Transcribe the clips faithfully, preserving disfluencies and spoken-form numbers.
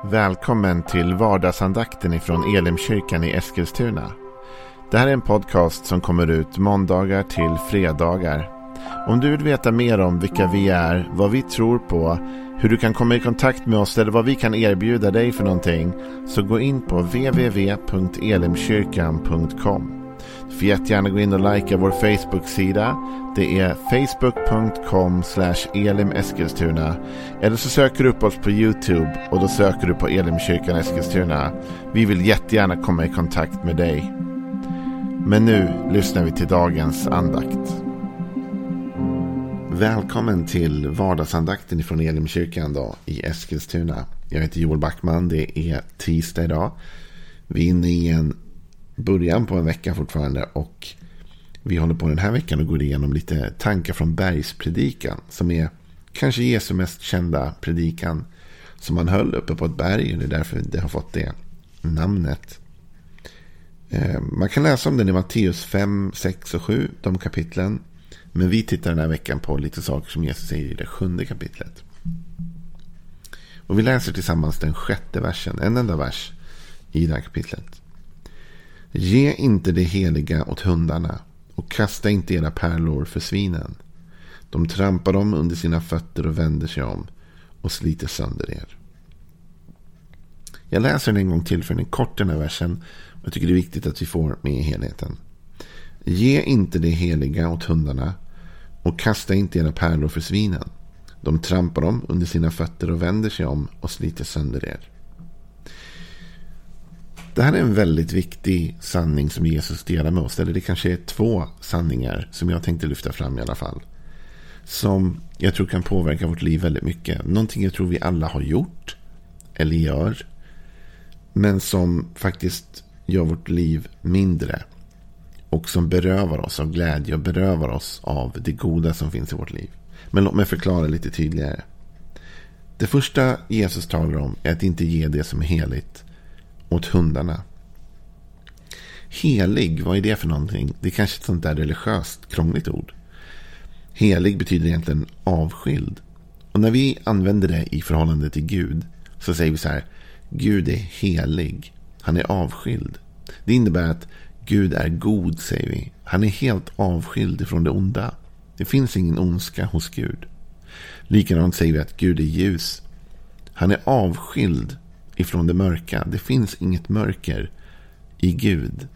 Välkommen till vardagsandakten ifrån Elimkyrkan i Eskilstuna. Det här är en podcast som kommer ut måndagar till fredagar. Om du vill veta mer om vilka vi är, vad vi tror på, hur du kan komma i kontakt med oss eller vad vi kan erbjuda dig för någonting, så gå in på w w w punkt elimkyrkan punkt com. Du får jättegärna gå in och likea vår Facebook-sida. Det är facebook punkt com slash elimeskilstuna. Eller så söker du upp oss på YouTube och då söker du på Elimkyrkan Eskilstuna. Vi vill jättegärna komma i kontakt med dig. Men nu lyssnar vi till dagens andakt. Välkommen till vardagsandakten från Elimkyrkan då, i Eskilstuna. Jag heter Joel Backman, det är tisdag idag. Vi är inne i en början på en vecka fortfarande och vi håller på den här veckan och går igenom lite tankar från bergspredikan, som är kanske Jesu mest kända predikan som han höll uppe på ett berg, och det är därför det har fått det namnet. Man kan läsa om den i Matteus fem, sex och sju, de kapitlen. Men vi tittar den här veckan på lite saker som Jesus säger i det sjunde kapitlet. Och vi läser tillsammans den sjätte versen, en enda vers i det här kapitlet. Ge inte det heliga åt hundarna och kasta inte era pärlor för svinen. De trampar dem under sina fötter och vänder sig om och sliter sönder er. Jag läser den en gång till för den är kort, den här versen. Jag tycker det är viktigt att vi får med helheten. Ge inte det heliga åt hundarna och kasta inte era pärlor för svinen. De trampar dem under sina fötter och vänder sig om och sliter sönder er. Det här är en väldigt viktig sanning som Jesus delar med oss. Eller det kanske är två sanningar som jag tänkte lyfta fram i alla fall. Som jag tror kan påverka vårt liv väldigt mycket. Någonting jag tror vi alla har gjort eller gör. Men som faktiskt gör vårt liv mindre. Och som berövar oss av glädje och berövar oss av det goda som finns i vårt liv. Men låt mig förklara lite tydligare. Det första Jesus talar om är att inte ge det som är heligt åt hundarna. Helig, vad är det för någonting? Det är kanske ett sånt där religiöst krångligt ord. Helig betyder egentligen avskild. Och när vi använder det i förhållande till Gud så säger vi så här: Gud är helig. Han är avskild. Det innebär att Gud är god, säger vi. Han är helt avskild ifrån det onda. Det finns ingen ondska hos Gud. Likadant säger vi att Gud är ljus. Han är avskild ifrån det mörka. Det finns inget mörker i Gud.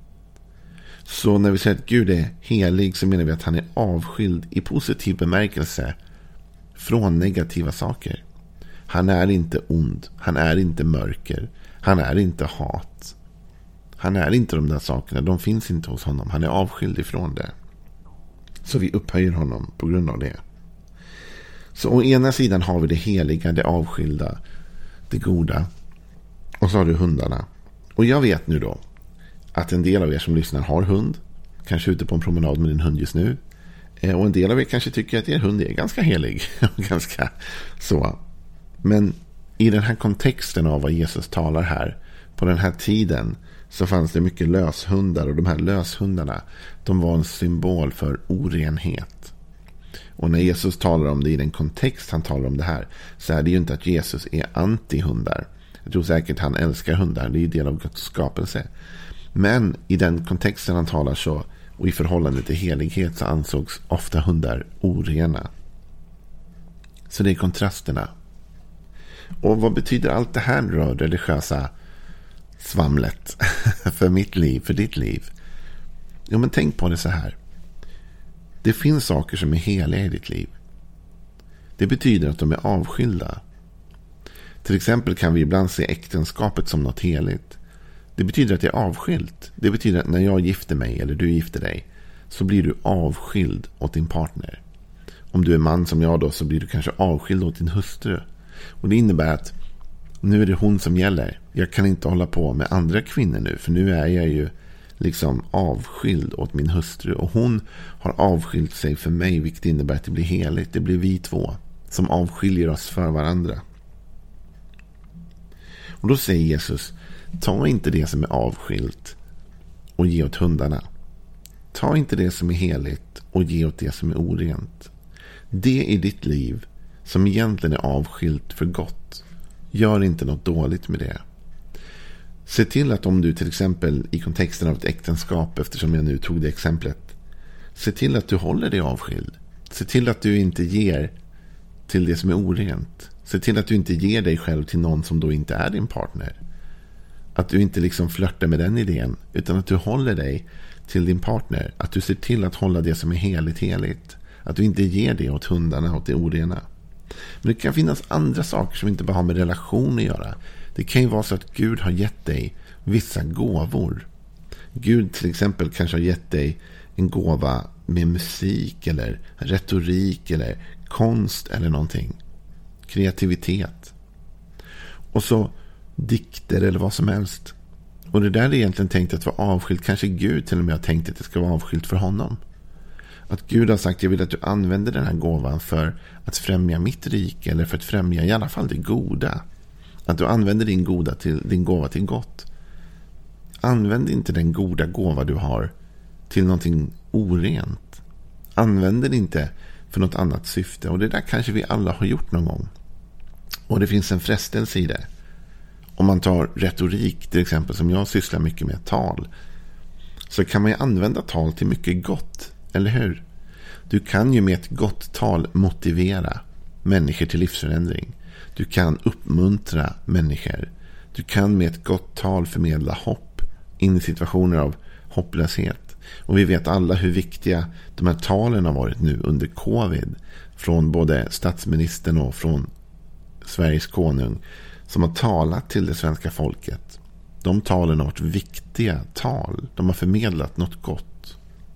Så när vi säger att Gud är helig så menar vi att han är avskild i positiv bemärkelse från negativa saker. Han är inte ond. Han är inte mörker. Han är inte hat. Han är inte de där sakerna. De finns inte hos honom. Han är avskild ifrån det. Så vi upphöjer honom på grund av det. Så å ena sidan har vi det heliga, det avskilda, det goda. Och så har du hundarna. Och jag vet nu då att en del av er som lyssnar har hund. Kanske ute på en promenad med din hund just nu. Och en del av er kanske tycker att er hund är ganska helig. ganska så. Men i den här kontexten av vad Jesus talar här, på den här tiden, så fanns det mycket löshundar. Och de här löshundarna, de var en symbol för orenhet. Och när Jesus talar om det i den kontext han talar om det här, så är det ju inte att Jesus är anti-hundar. Jag tror säkert han älskar hundar. Det är ju del av Guds skapelse. Men i den kontexten han talar så, och i förhållande till helighet, så ansågs ofta hundar orena. Så det är kontrasterna. Och vad betyder allt det här då, religiösa svamlet för mitt liv, för ditt liv? Jo, men tänk på det så här. Det finns saker som är heliga i ditt liv. Det betyder att de är avskilda. Till exempel kan vi ibland se äktenskapet som något heligt. Det betyder att det är avskilt. Det betyder att när jag gifter mig eller du gifter dig, så blir du avskild åt din partner. Om du är man som jag då, så blir du kanske avskild åt din hustru. Och det innebär att nu är det hon som gäller. Jag kan inte hålla på med andra kvinnor nu, för nu är jag ju liksom avskild åt min hustru. Och hon har avskilt sig för mig, vilket innebär att det blir heligt. Det blir vi två som avskiljer oss för varandra. Och då säger Jesus: ta inte det som är avskilt och ge åt hundarna. Ta inte det som är heligt och ge åt det som är orent. Det är ditt liv som egentligen är avskilt för gott. Gör inte något dåligt med det. Se till att om du till exempel i kontexten av ett äktenskap, eftersom jag nu tog det exemplet, se till att du håller dig avskild. Se till att du inte ger till det som är orent. Se till att du inte ger dig själv till någon som då inte är din partner. Att du inte liksom flörtar med den idén, utan att du håller dig till din partner. Att du ser till att hålla det som är heligt heligt. Att du inte ger det åt hundarna och det orena. Men det kan finnas andra saker som inte bara har med relation att göra. Det kan ju vara så att Gud har gett dig vissa gåvor. Gud till exempel kanske har gett dig en gåva med musik eller retorik eller konst eller någonting. Kreativitet. Och så dikter eller vad som helst. Och det där är egentligen tänkt att vara avskilt. Kanske Gud till och med har tänkt att det ska vara avskilt för honom. Att Gud har sagt, jag vill att du använder den här gåvan för att främja mitt rike. Eller för att främja i alla fall det goda. Att du använder din, goda till, din gåva till gott. Använd inte den goda gåva du har till någonting orent. Använd den inte för något annat syfte. Och det där kanske vi alla har gjort någon gång. Och det finns en frestelse i det. Om man tar retorik till exempel, som jag sysslar mycket med, tal, så kan man ju använda tal till mycket gott, eller hur? Du kan ju med ett gott tal motivera människor till livsförändring. Du kan uppmuntra människor. Du kan med ett gott tal förmedla hopp in i situationer av hopplöshet. Och vi vet alla hur viktiga de här talen har varit nu under covid. Från både statsministern och från Sveriges konung som har talat till det svenska folket. De talen har varit viktiga tal. De har förmedlat något gott.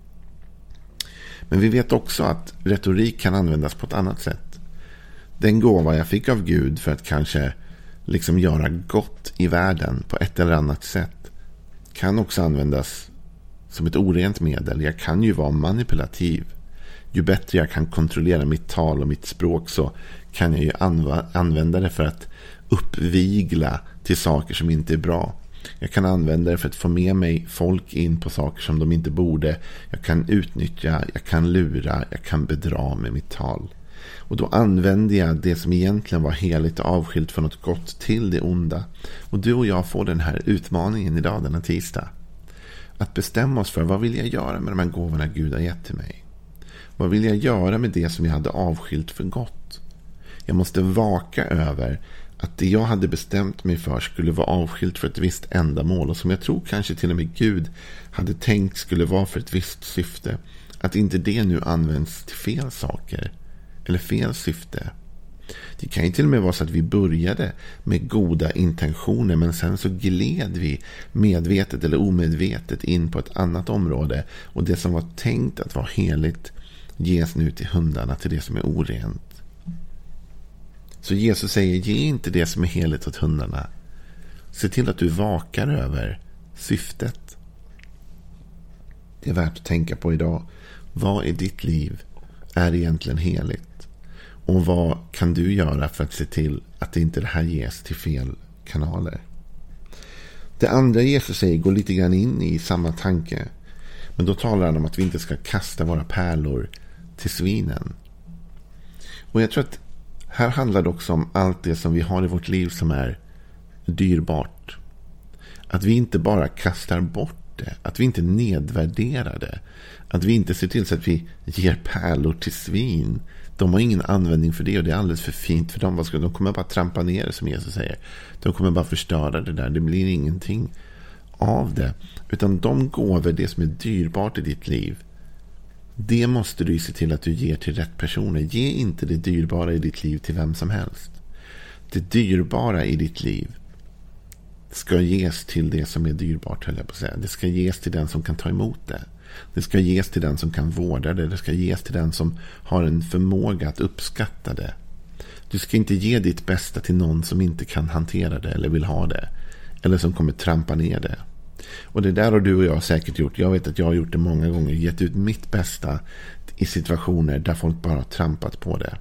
Men vi vet också att retorik kan användas på ett annat sätt. Den gåva jag fick av Gud för att kanske liksom göra gott i världen på ett eller annat sätt kan också användas som ett orent medel. Jag kan ju vara manipulativ. Ju bättre jag kan kontrollera mitt tal och mitt språk så kan jag ju anv- använda det för att uppvigla till saker som inte är bra. Jag kan använda det för att få med mig folk in på saker som de inte borde. Jag kan utnyttja, jag kan lura, jag kan bedra med mitt tal. Och då använder jag det som egentligen var heligt och avskilt för något gott till det onda. Och du och jag får den här utmaningen idag, denna tisdag. Att bestämma oss för vad vill jag göra med de här gåvorna Gud har gett till mig. Vad vill jag göra med det som jag hade avskilt för gott? Jag måste vaka över att det jag hade bestämt mig för skulle vara avskilt för ett visst ändamål. Och som jag tror kanske till och med Gud hade tänkt skulle vara för ett visst syfte. Att inte det nu används till fel saker. Eller fel syfte. Det kan ju till och med vara så att vi började med goda intentioner. Men sen så gled vi medvetet eller omedvetet in på ett annat område. Och det som var tänkt att vara heligt ges nu till hundarna, till det som är orent. Så Jesus säger, ge inte det som är heligt åt hundarna. Se till att du vakar över syftet. Det är värt att tänka på idag. Vad i ditt liv är egentligen heligt? Och vad kan du göra för att se till att inte det här ges till fel kanaler? Det andra Jesus säger går lite grann in i samma tanke. Men då talar han om att vi inte ska kasta våra pärlor till svinen. Och jag tror att här handlar det också om allt det som vi har i vårt liv som är dyrbart. Att vi inte bara kastar bort det. Att vi inte nedvärderar det. Att vi inte ser till så att vi ger pärlor till svin. De har ingen användning för det och det är alldeles för fint för dem. De kommer bara trampa ner det, som Jesus säger. De kommer bara förstöra det där. Det blir ingenting av det. Utan de gåvor, det som är dyrbart i ditt liv, det måste du se till att du ger till rätt personer. Ge inte det dyrbara i ditt liv till vem som helst. Det dyrbara i ditt liv ska ges till det som är dyrbart, höll jag på att säga. Det ska ges till den som kan ta emot det. Det ska ges till den som kan vårda det. Det ska ges till den som har en förmåga att uppskatta det. Du ska inte ge ditt bästa till någon som inte kan hantera det eller vill ha det. Eller som kommer trampa ner det. Och det där har du och jag säkert gjort. Jag vet att jag har gjort det många gånger. Gett ut mitt bästa i situationer där folk bara har trampat på det.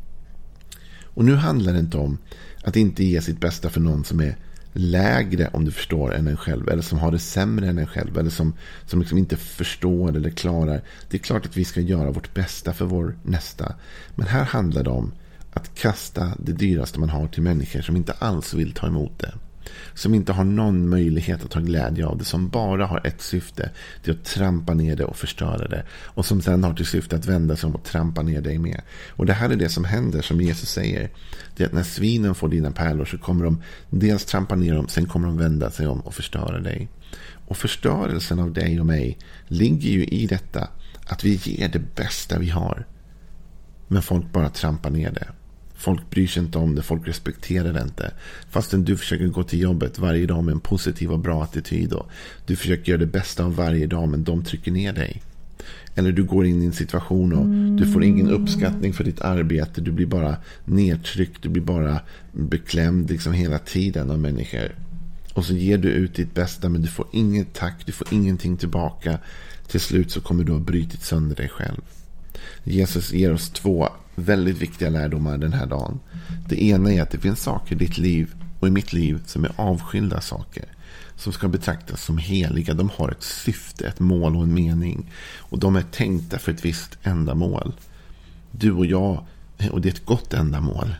Och nu handlar det inte om att inte ge sitt bästa för någon som är lägre, om du förstår, än en själv. Eller som har det sämre än en själv. Eller som, som liksom inte förstår eller klarar. Det är klart att vi ska göra vårt bästa för vår nästa. Men här handlar det om att kasta det dyraste man har till människor som inte alls vill ta emot det. Som inte har någon möjlighet att ta glädje av det. Som bara har ett syfte. Det är att trampa ner det och förstöra det. Och som sen har till syfte att vända sig om och trampa ner dig med. Och det här är det som händer, som Jesus säger. Det är att när svinen får dina pärlor så kommer de dels trampa ner dem. Sen kommer de vända sig om och förstöra dig. Och förstörelsen av dig och mig ligger ju i detta. Att vi ger det bästa vi har. Men folk bara trampar ner det. Folk bryr sig inte om det, folk respekterar det inte. Fastän du försöker gå till jobbet varje dag med en positiv och bra attityd. Och du försöker göra det bästa av varje dag, men de trycker ner dig. Eller du går in i en situation och du får ingen uppskattning för ditt arbete. Du blir bara nedtryckt, du blir bara beklämd liksom hela tiden av människor. Och så ger du ut ditt bästa, men du får inget tack, du får ingenting tillbaka. Till slut så kommer du ha brytit sönder dig själv. Jesus ger oss två väldigt viktiga lärdomar den här dagen. Det ena är att det finns saker i ditt liv och i mitt liv som är avskilda saker. Som ska betraktas som heliga. De har ett syfte, ett mål och en mening. Och de är tänkta för ett visst ändamål. Du och jag, och det är ett gott ändamål.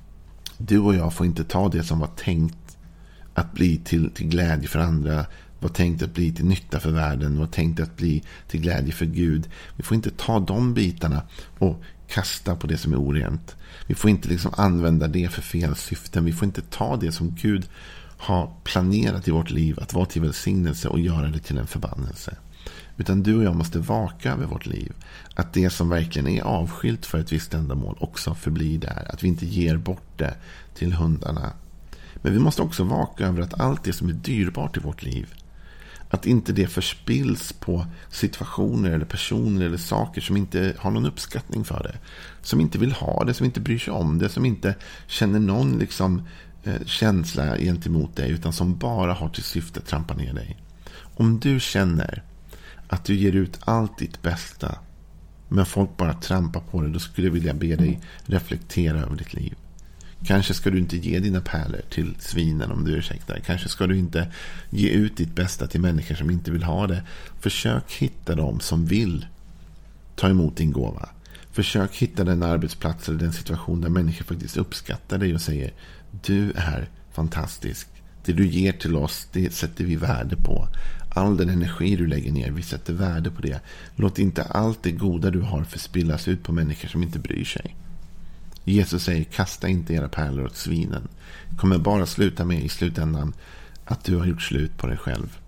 Du och jag får inte ta det som var tänkt att bli till, till glädje för andra. Var tänkt att bli till nytta för världen. Var tänkt att bli till glädje för Gud. Vi får inte ta de bitarna och kasta på det som är orent. Vi får inte liksom använda det för fel syften. Vi får inte ta det som Gud har planerat i vårt liv att vara till välsignelse och göra det till en förbannelse. Utan du och jag måste vaka över vårt liv. Att det som verkligen är avskilt för ett visst ändamål också förblir där. Att vi inte ger bort det till hundarna. Men vi måste också vaka över att allt det som är dyrbart i vårt liv, att inte det förspills på situationer eller personer eller saker som inte har någon uppskattning för det. Som inte vill ha det, som inte bryr sig om det, som inte känner någon liksom, eh, känsla gentemot dig, utan som bara har till syfte att trampa ner dig. Om du känner att du ger ut allt ditt bästa, men folk bara trampar på det, då skulle jag vilja be dig reflektera över ditt liv. Kanske ska du inte ge dina pärlor till svinen om du ursäktar. Kanske ska du inte ge ut ditt bästa till människor som inte vill ha det. Försök hitta dem som vill ta emot din gåva. Försök hitta den arbetsplats eller den situation där människor faktiskt uppskattar dig och säger: du är fantastisk. Det du ger till oss, det sätter vi värde på. All den energi du lägger ner, vi sätter värde på det. Låt inte allt det goda du har förspillas ut på människor som inte bryr sig. Jesus säger: kasta inte era pärlor åt svinen. Det kommer bara sluta med i slutändan att du har gjort slut på dig själv.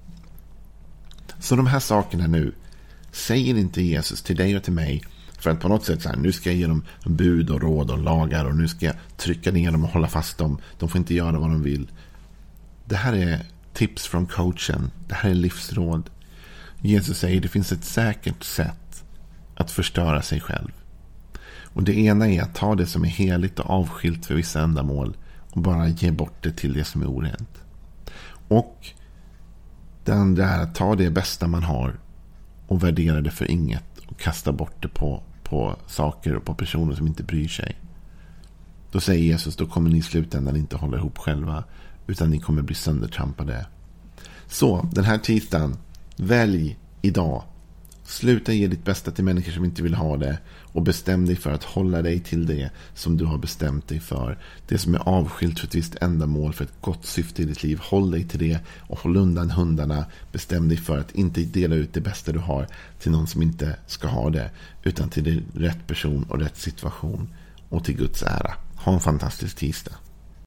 Så de här sakerna nu säger inte Jesus till dig och till mig för att på något sätt så här, nu ska jag ge dem bud och råd och lagar och nu ska jag trycka ner dem och hålla fast dem. De får inte göra vad de vill. Det här är tips från coachen. Det här är livsråd. Jesus säger: det finns ett säkert sätt att förstöra sig själv. Och det ena är att ta det som är heligt och avskilt för vissa ändamål och bara ge bort det till det som är orent. Och det andra är att ta det bästa man har och värdera det för inget och kasta bort det på, på saker och på personer som inte bryr sig. Då säger Jesus: då kommer ni i slutändan inte hålla ihop själva, utan ni kommer bli söndertrampade. Så den här tisdagen, välj idag. Sluta ge ditt bästa till människor som inte vill ha det och bestäm dig för att hålla dig till det som du har bestämt dig för. Det som är avskilt för ett visst ändamål, för ett gott syfte i ditt liv. Håll dig till det och håll undan hundarna. Bestäm dig för att inte dela ut det bästa du har till någon som inte ska ha det, utan till rätt person och rätt situation och till Guds ära. Ha en fantastisk tisdag.